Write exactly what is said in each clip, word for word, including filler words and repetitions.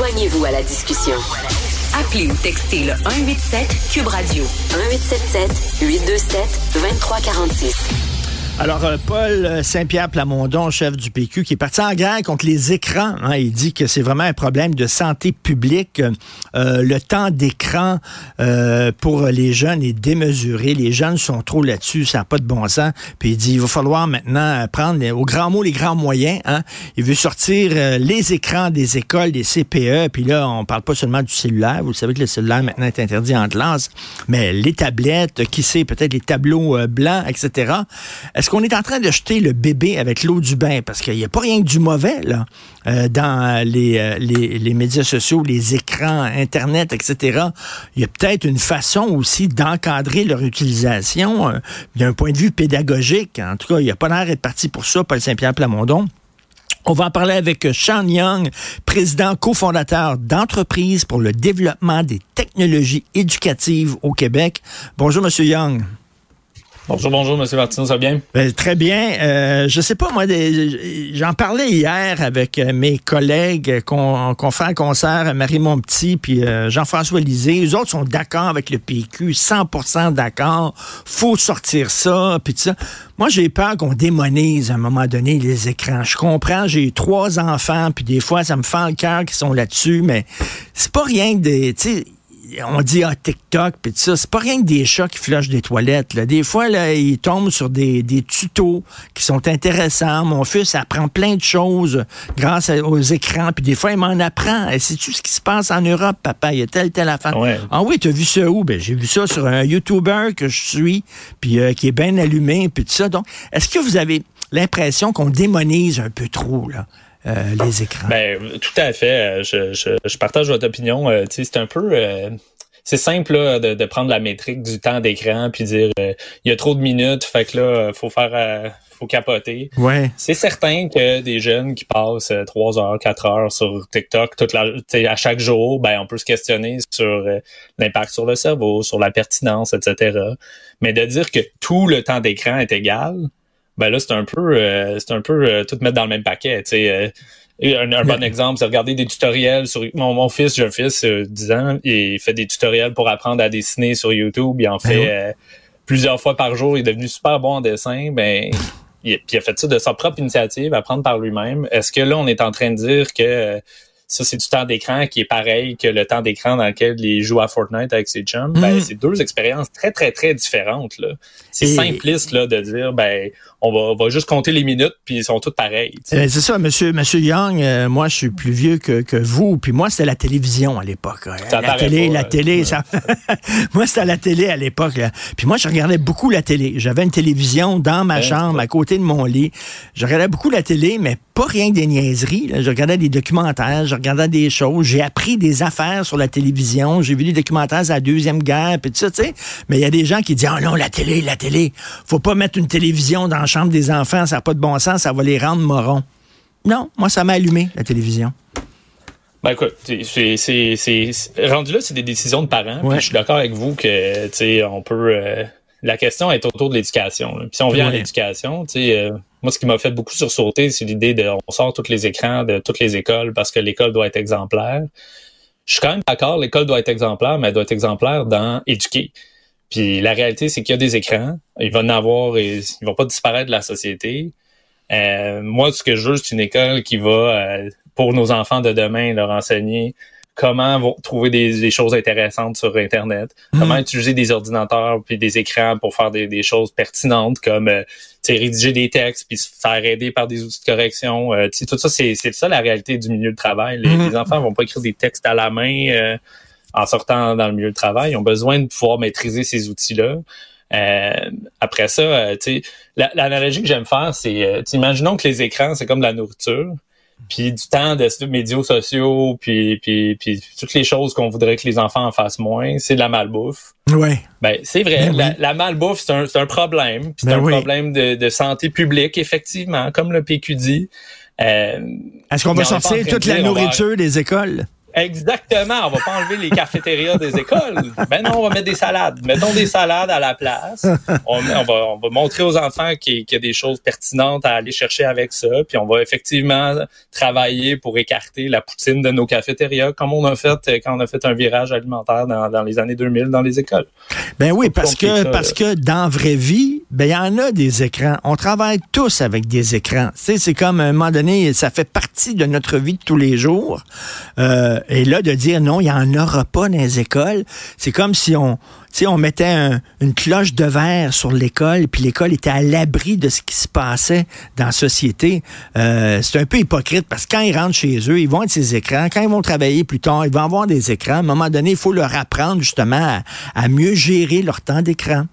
Joignez-vous à la discussion. Appelez ou textez le un huit sept Cube Radio. un huit sept sept huit deux sept deux trois quatre six. Alors, euh, Paul Saint-Pierre Plamondon, chef du P Q, qui est parti en guerre contre les écrans. Hein, il dit que c'est vraiment un problème de santé publique. Euh, le temps d'écran euh, pour les jeunes est démesuré. Les jeunes sont trop là-dessus, ça n'a pas de bon sens. Puis il dit, il va falloir maintenant prendre, les, au grand mot, les grands moyens. Hein. Il veut sortir euh, les écrans des écoles, des C P E. Puis là, on parle pas seulement du cellulaire. Vous savez que le cellulaire maintenant est interdit en classe. Mais les tablettes, qui sait, peut-être les tableaux euh, blancs, et cetera. Est-ce qu'on est en train de jeter le bébé avec l'eau du bain? Parce qu'il n'y a pas rien que du mauvais là, euh, dans les, euh, les, les médias sociaux, les écrans, Internet, et cetera. Il y a peut-être une façon aussi d'encadrer leur utilisation euh, d'un point de vue pédagogique. En tout cas, il n'y a pas l'air d'être parti pour ça, Paul Saint-Pierre Plamondon. On va en parler avec Sean Young, président cofondateur d'Entreprise pour le développement des technologies éducatives au Québec. Bonjour, Monsieur Young. Bonjour, bonjour, M. Martineau, ça va bien? Ben, très bien. Euh, je sais pas, moi, des, j'en parlais hier avec mes collègues qu'on, qu'on fait un concert, Marie Montpetit puis euh, Jean-François Lisée. Eux autres sont d'accord avec le P Q, cent pour cent d'accord. Faut sortir ça, puis tout ça. Moi, j'ai peur qu'on démonise à un moment donné les écrans. Je comprends, j'ai trois enfants, puis des fois, ça me fend le cœur qu'ils sont là-dessus, mais c'est pas rien de... Tu sais, on dit ah, TikTok pis tout ça, c'est pas rien que des chats qui flushent des toilettes. Là. Des fois, là, ils tombent sur des, des tutos qui sont intéressants. Mon fils apprend plein de choses grâce à, aux écrans, puis des fois, il m'en apprend. Et sais-tu ce qui se passe en Europe, papa? Il y a telle, telle affaire. Ouais. Ah oui, t'as vu ça où? Ben, j'ai vu ça sur un YouTuber que je suis, puis euh, qui est bien allumé, puis tout ça. Donc, est-ce que vous avez l'impression qu'on démonise un peu trop, là? Euh, les écrans. Ben, tout à fait. Je, je, je partage votre opinion. Euh, tu sais, c'est un peu... Euh, c'est simple là, de, de prendre la métrique du temps d'écran puis dire il euh, y a trop de minutes, fait que là, faut faire... Euh, faut capoter. Ouais. C'est certain que des jeunes qui passent trois heures, quatre heures sur TikTok toute la, à chaque jour, ben on peut se questionner sur euh, l'impact sur le cerveau, sur la pertinence, et cetera. Mais de dire que tout le temps d'écran est égal... Ben là, c'est un peu euh, c'est un peu euh, tout mettre dans le même paquet. Tu sais, euh, un, un bon exemple, c'est regarder des tutoriels sur mon, mon fils, j'ai un fils euh, dix ans, il fait des tutoriels pour apprendre à dessiner sur YouTube. Il en fait euh, plusieurs fois par jour. Il est devenu super bon en dessin. Ben, il, puis il a fait ça de sa propre initiative, apprendre par lui-même. Est-ce que là, on est en train de dire que euh, ça, c'est du temps d'écran qui est pareil que le temps d'écran dans lequel il joue à Fortnite avec ses chums? Mm. Ben, c'est deux expériences très, très, très différentes, là. C'est Et... simpliste, là, de dire, ben, on va, on va juste compter les minutes puis ils sont toutes pareilles. Euh, c'est ça, monsieur, monsieur Young, euh, moi, je suis plus vieux que, que vous, puis moi, c'était la télévision à l'époque. Hein. La télé, pas, la télé, ouais. ça... moi, c'était la télé à l'époque, là. Puis moi, je regardais beaucoup la télé. J'avais une télévision dans ma ouais, chambre, à côté de mon lit. Je regardais beaucoup la télé, mais pas rien que des niaiseries, là. Je regardais des documentaires, je regardais des choses, j'ai appris des affaires sur la télévision, j'ai vu des documentaires à la Deuxième Guerre, puis tout ça, tu sais. Mais il y a des gens qui disent « Ah non, la télé, la télé, faut pas mettre une télévision dans la chambre des enfants, ça n'a pas de bon sens, ça va les rendre morons. » Non, moi, ça m'a allumé, la télévision. Ben écoute, c'est, c'est, c'est, rendu là, c'est des décisions de parents, ouais. Puis je suis d'accord avec vous que, tu sais, on peut... Euh, la question est autour de l'éducation. Là. Puis si on vient ouais. à l'éducation, tu sais... Euh, moi, ce qui m'a fait beaucoup sursauter, c'est l'idée de on sort tous les écrans de toutes les écoles parce que l'école doit être exemplaire. Je suis quand même d'accord, l'école doit être exemplaire, mais elle doit être exemplaire dans éduquer. Puis la réalité, c'est qu'il y a des écrans, il va en avoir et ils vont pas disparaître de la société. Euh, moi, ce que je veux, c'est une école qui va, euh, pour nos enfants de demain, leur enseigner comment vont trouver des, des choses intéressantes sur Internet, mmh. comment utiliser des ordinateurs puis des écrans pour faire des, des choses pertinentes comme euh, rédiger des textes puis se faire aider par des outils de correction. Euh, tout ça, c'est, c'est ça la réalité du milieu de travail. Les, mmh. les enfants vont pas écrire des textes à la main euh, en sortant dans le milieu de travail. Ils ont besoin de pouvoir maîtriser ces outils-là. Euh, après ça, euh, la, l'analogie que j'aime faire, c'est euh, imaginons que les écrans, c'est comme de la nourriture. Puis du temps de médias sociaux, puis, puis, puis toutes les choses qu'on voudrait que les enfants en fassent moins, c'est de la malbouffe. Oui. Ben, c'est vrai, ben la, oui. la malbouffe, c'est un, c'est un problème. Puis c'est ben un oui. problème de, de santé publique, effectivement, comme le P Q dit. Euh, Est-ce qu'on va sortir toute la nourriture va... des écoles? Exactement, on va pas enlever les cafétérias des écoles. Ben non, on va mettre des salades. Mettons des salades à la place. On, on, va, on va montrer aux enfants qu'il, qu'il y a des choses pertinentes à aller chercher avec ça. Puis on va effectivement travailler pour écarter la poutine de nos cafétérias, comme on a fait quand on a fait un virage alimentaire dans, dans les années deux mille dans les écoles. Ben oui, parce que ça, parce que dans la vraie vie, ben il y en a des écrans. On travaille tous avec des écrans. Tu sais, c'est comme à un moment donné, ça fait partie de notre vie de tous les jours. Euh, Et là, de dire non, il n'y en aura pas dans les écoles, c'est comme si on, tu sais, on mettait un, une cloche de verre sur l'école, puis l'école était à l'abri de ce qui se passait dans la société. Euh, c'est un peu hypocrite, parce que quand ils rentrent chez eux, ils vont être ces écrans. Quand ils vont travailler plus tard, ils vont avoir des écrans. À un moment donné, il faut leur apprendre justement à, à mieux gérer leur temps d'écran.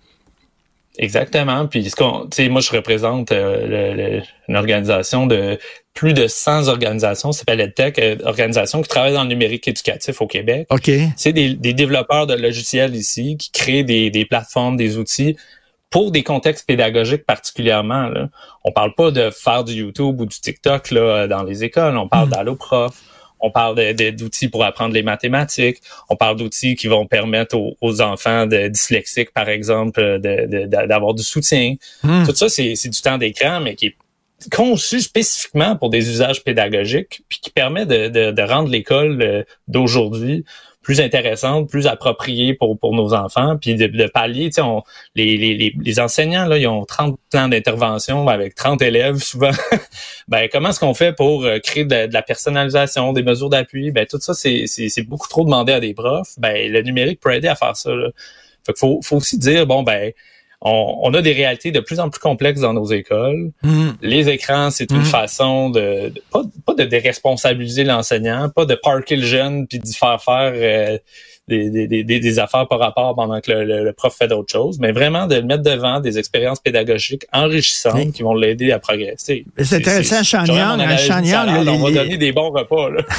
Exactement. Puis, ce qu'on, tu sais, moi, je représente euh, le, le, une organisation de plus de cent organisations, ça s'appelle EdTech, euh, organisation qui travaille dans le numérique éducatif au Québec. OK. C'est des, des développeurs de logiciels ici qui créent des, des plateformes, des outils pour des contextes pédagogiques particulièrement. Là. On parle pas de faire du YouTube ou du TikTok là dans les écoles. On parle mmh. d'Allo Prof. On parle de, de, d'outils pour apprendre les mathématiques. On parle d'outils qui vont permettre aux, aux enfants de dyslexiques, par exemple, de, de, de, d'avoir du soutien. Mmh. Tout ça, c'est, c'est du temps d'écran, mais qui est conçu spécifiquement pour des usages pédagogiques, puis qui permet de, de, de rendre l'école d'aujourd'hui plus intéressante, plus appropriée pour pour nos enfants, puis de, de pallier, tu sais, on, les, les les enseignants là, ils ont trente plans d'intervention avec trente élèves souvent. Ben comment est-ce qu'on fait pour créer de, de la personnalisation, des mesures d'appui? Ben tout ça c'est c'est c'est beaucoup trop demandé à des profs. Ben le numérique peut aider à faire ça là. Fait qu'il faut faut aussi dire bon ben On, on a des réalités de plus en plus complexes dans nos écoles. Mmh. Les écrans, c'est une mmh. façon de, de pas, pas de déresponsabiliser l'enseignant, pas de parker le jeune puis d'y faire faire euh, des, des, des, des affaires par rapport pendant que le, le, le prof fait d'autres choses, mais vraiment de le mettre devant des expériences pédagogiques enrichissantes oui. qui vont l'aider à progresser. C'est, c'est intéressant, Chagnon. On va les... donner des bons repas. Là.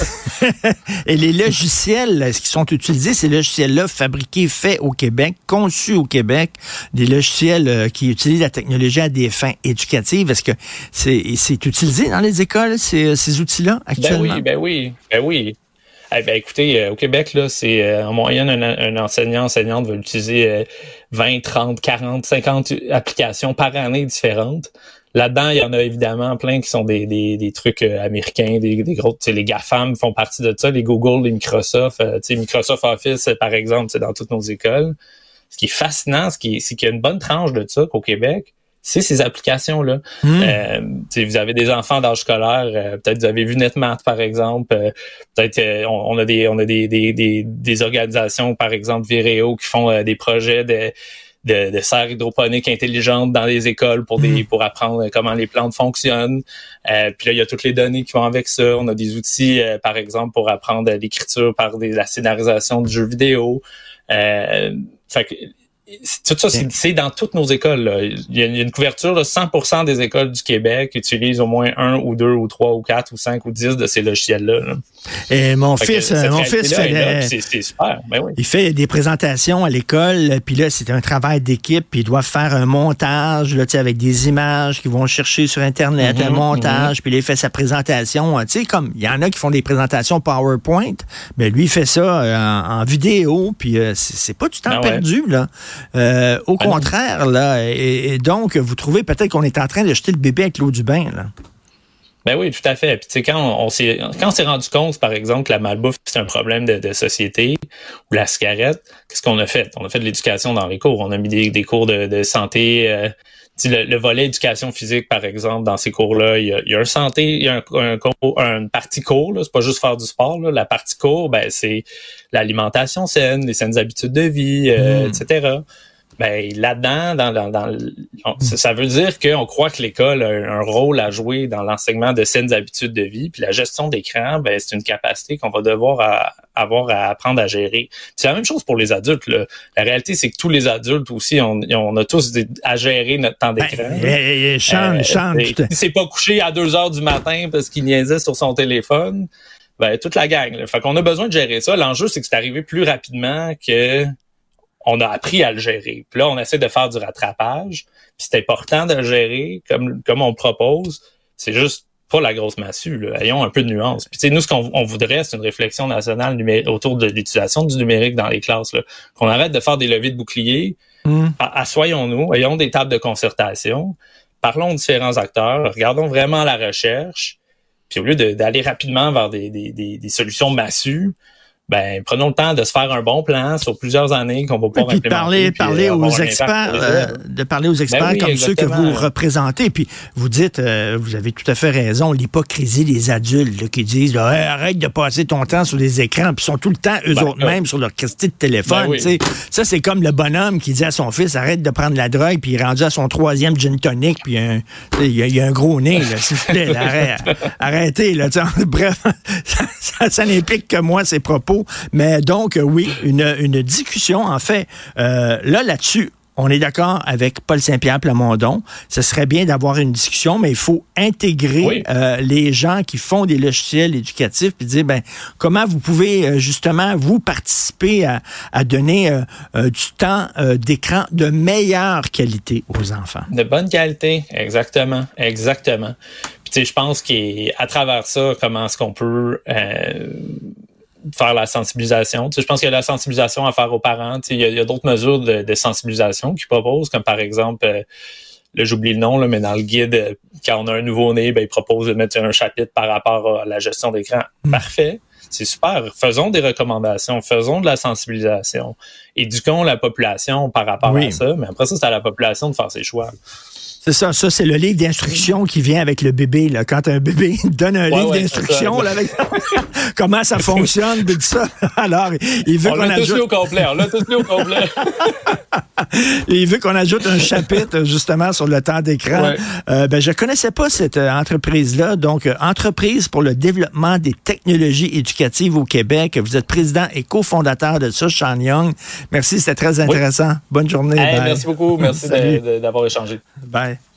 Et les logiciels ce qui sont utilisés, ces logiciels-là fabriqués, faits au Québec, conçus au Québec, des logiciels euh, qui utilisent la technologie à des fins éducatives. Est-ce que c'est, c'est utilisé dans les écoles, ces, ces outils-là, actuellement? Ben oui, ben oui, ben oui. Eh ben écoutez, euh, au Québec, là, c'est euh, en moyenne un, un enseignant, enseignante va utiliser euh, vingt, trente, quarante, cinquante applications par année différentes. Là-dedans, il y en a évidemment plein qui sont des des, des trucs euh, américains, des, des gros, tu sais, les GAFAM font partie de ça, les Google, les Microsoft, euh, tu sais, Microsoft Office, par exemple, c'est dans toutes nos écoles. Ce qui est fascinant, ce qui est, c'est qu'il y a une bonne tranche de ça qu'au Québec, c'est ces applications-là. Mmh. Euh, vous avez des enfants d'âge scolaire, euh, peut-être vous avez vu NetMath, par exemple. Euh, peut-être euh, on, on a des on a des, des, des, des organisations, par exemple Vireo, qui font euh, des projets de, de, de serres hydroponiques intelligentes dans les écoles pour des mmh. pour apprendre comment les plantes fonctionnent. Euh, puis là, il y a toutes les données qui vont avec ça. On a des outils, euh, par exemple, pour apprendre l'écriture par des, la scénarisation de jeux vidéo. Euh, fait que tout ça, c'est, c'est dans toutes nos écoles. Là. Il y a une couverture de cent pour cent des écoles du Québec utilisent au moins un ou deux ou trois ou quatre ou cinq ou dix de ces logiciels-là. Là. Et mon fait fils, que, mon fils fait là, c'est, c'est super. Ben oui. Il fait des présentations à l'école, puis là c'est un travail d'équipe, puis il doit faire un montage là, avec des images qu'ils vont chercher sur Internet, mm-hmm, un montage, mm-hmm. puis là il fait sa présentation. Tu sais, comme il y en a qui font des présentations PowerPoint, mais lui il fait ça euh, en, en vidéo, puis euh, c'est, c'est pas du temps ah ouais. perdu là. Euh, au ah contraire, non. là, et, et donc, vous trouvez peut-être qu'on est en train de jeter le bébé avec l'eau du bain, là. Ben oui, tout à fait. Puis tu sais, quand on, on s'est quand on s'est rendu compte, par exemple, que la malbouffe, c'est un problème de, de société, ou la cigarette, qu'est-ce qu'on a fait? On a fait de l'éducation dans les cours. On a mis des, des cours de, de santé. Euh, le, le volet éducation physique, par exemple, dans ces cours-là, il y a, il y a un santé, il y a un, un cours, une partie cours, là, c'est pas juste faire du sport. Là. La partie cours, ben c'est l'alimentation saine, les saines habitudes de vie, euh, mmh. et cetera. Ben là-dedans, dans, dans, dans on, ça, ça veut dire qu'on croit que l'école a un rôle à jouer dans l'enseignement de saines habitudes de vie, puis la gestion d'écran, ben c'est une capacité qu'on va devoir à, avoir à apprendre à gérer. Puis c'est la même chose pour les adultes. Là. La réalité, c'est que tous les adultes aussi, on, on a tous des, à gérer notre temps d'écran. Ben, et, et, chante, euh, chante. Il s'est pas couché à deux heures du matin parce qu'il niaisait sur son téléphone. Ben toute la gang. Là. Fait qu'on a besoin de gérer ça. L'enjeu, c'est que c'est arrivé plus rapidement que on a appris à le gérer. Puis là, on essaie de faire du rattrapage. Puis c'est important de le gérer comme comme on le propose. C'est juste pas la grosse massue, là. Ayons un peu de nuance. Puis, tu sais, nous, ce qu'on on voudrait, c'est une réflexion nationale numé- autour de l'utilisation du numérique dans les classes, là. Qu'on arrête de faire des levées de boucliers. Mmh. Assoyons-nous, ayons des tables de concertation, parlons aux différents acteurs, regardons vraiment la recherche, puis au lieu de, d'aller rapidement vers des, des, des, des solutions massues, ben prenons le temps de se faire un bon plan sur plusieurs années qu'on va pouvoir oui, puis implémenter. Parler, parler aux experts, euh, de parler aux experts ben oui, comme exactement. Ceux que vous représentez. Puis vous dites, euh, vous avez tout à fait raison, l'hypocrisie des adultes là, qui disent là, hey, arrête de passer ton temps sur les écrans, puis sont tout le temps eux ben, autres euh, mêmes sur leur christie de téléphone. Ben oui. Ça, c'est comme le bonhomme qui dit à son fils, arrête de prendre la drogue, puis il est rendu à son troisième gin tonic, puis il y, y a un gros nez, là, s'il vous plaît, là, arrête, arrêtez. Là, bref, ça, ça, ça n'implique que moi, ces propos. Mais donc, oui, une, une discussion, en fait, euh, là, là-dessus, on est d'accord avec Paul Saint-Pierre Plamondon. Ce serait bien d'avoir une discussion, mais il faut intégrer oui. euh, les gens qui font des logiciels éducatifs puis dire, ben, comment vous pouvez euh, justement, vous, participer à, à donner euh, euh, du temps euh, d'écran de meilleure qualité aux enfants. De bonne qualité, exactement, exactement. Puis, tu sais, je pense qu'à travers ça, comment est-ce qu'on peut... Euh, faire la sensibilisation. Tu sais, je pense qu'il y a la sensibilisation à faire aux parents. Tu sais, il y a, il y a d'autres mesures de, de sensibilisation qu'ils proposent, comme par exemple, euh, là, j'oublie le nom, là, mais dans le guide, euh, quand on a un nouveau-né, ben, ils proposent de mettre un chapitre par rapport à la gestion d'écran. Mmh. Parfait. C'est super. Faisons des recommandations, faisons de la sensibilisation, éduquons la population par rapport oui. à ça, mais après ça, c'est à la population de faire ses choix. C'est ça, ça c'est le livre d'instruction qui vient avec le bébé. Là. Quand un bébé donne un ouais, livre ouais, d'instruction, là, avec comment ça fonctionne, tout ça. Alors, il veut on qu'on l'a ajoute... tous mis au complet, on l'a tous mis au complet. Il veut qu'on ajoute un chapitre, justement, sur le temps d'écran. Ouais. Euh, ben, je connaissais pas cette euh, entreprise-là. Donc, euh, Entreprise pour le développement des technologies éducatives au Québec. Vous êtes président et cofondateur de ça, Sean Young. Merci, c'était très intéressant. Oui. Bonne journée. Hey, merci beaucoup. Merci de, de, d'avoir échangé. Bye.